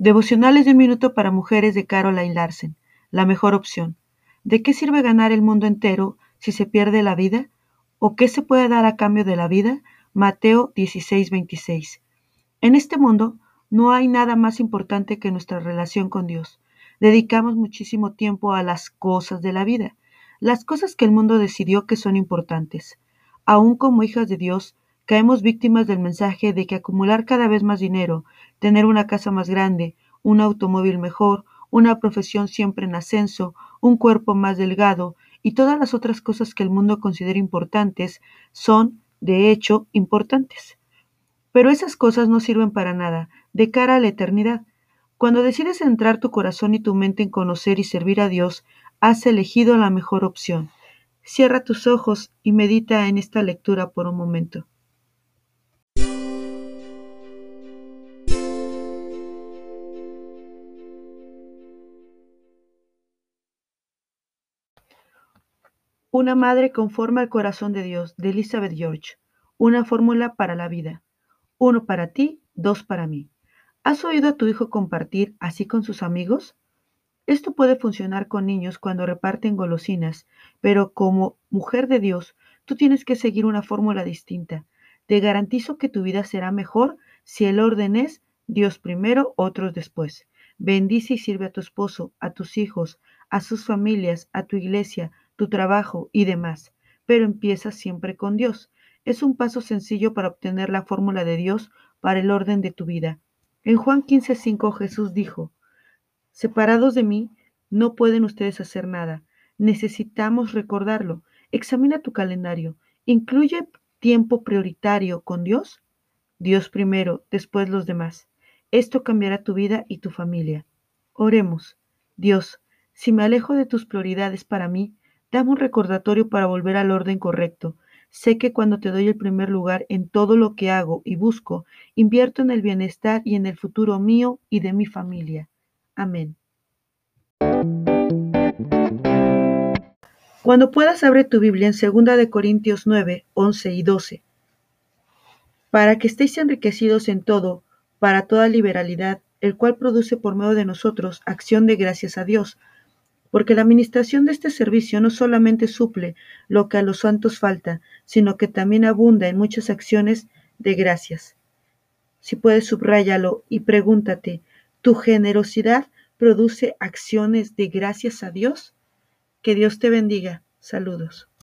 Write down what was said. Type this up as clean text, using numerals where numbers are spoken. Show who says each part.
Speaker 1: Devocionales de un minuto para mujeres de Caroline Larsen. La mejor opción. ¿De qué sirve ganar el mundo entero si se pierde la vida? ¿O qué se puede dar a cambio de la vida? Mateo 16:26. En este mundo no hay nada más importante que nuestra relación con Dios. Dedicamos muchísimo tiempo a las cosas de la vida, las cosas que el mundo decidió que son importantes. Aún como hijas de Dios, caemos víctimas del mensaje de que acumular cada vez más dinero, tener una casa más grande, un automóvil mejor, una profesión siempre en ascenso, un cuerpo más delgado y todas las otras cosas que el mundo considera importantes son, de hecho, importantes. Pero esas cosas no sirven para nada de cara a la eternidad. Cuando decides centrar tu corazón y tu mente en conocer y servir a Dios, has elegido la mejor opción. Cierra tus ojos y medita en esta lectura por un momento. Una madre conforme al corazón de Dios, de Elizabeth George. Una fórmula para la vida. 1 para ti, 2 para mí. ¿Has oído a tu hijo compartir así con sus amigos? Esto puede funcionar con niños cuando reparten golosinas, pero como mujer de Dios, tú tienes que seguir una fórmula distinta. Te garantizo que tu vida será mejor si el orden es Dios primero, otros después. Bendice y sirve a tu esposo, a tus hijos, a sus familias, a tu iglesia, tu trabajo y demás. Pero empieza siempre con Dios. Es un paso sencillo para obtener la fórmula de Dios para el orden de tu vida. En Juan 15:5 Jesús dijo: separados de mí, no pueden ustedes hacer nada. Necesitamos recordarlo. Examina tu calendario. ¿Incluye tiempo prioritario con Dios? Dios primero, después los demás. Esto cambiará tu vida y tu familia. Oremos. Dios, si me alejo de tus prioridades para mí, dame un recordatorio para volver al orden correcto. Sé que cuando te doy el primer lugar en todo lo que hago y busco, invierto en el bienestar y en el futuro mío y de mi familia. Amén. Cuando puedas, abre tu Biblia en 2 Corintios 9, 11 y 12. Para que estéis enriquecidos en todo, para toda liberalidad, el cual produce por medio de nosotros acción de gracias a Dios, porque la administración de este servicio no solamente suple lo que a los santos falta, sino que también abunda en muchas acciones de gracias. Si puedes, subráyalo y pregúntate, ¿tu generosidad produce acciones de gracias a Dios? Que Dios te bendiga. Saludos.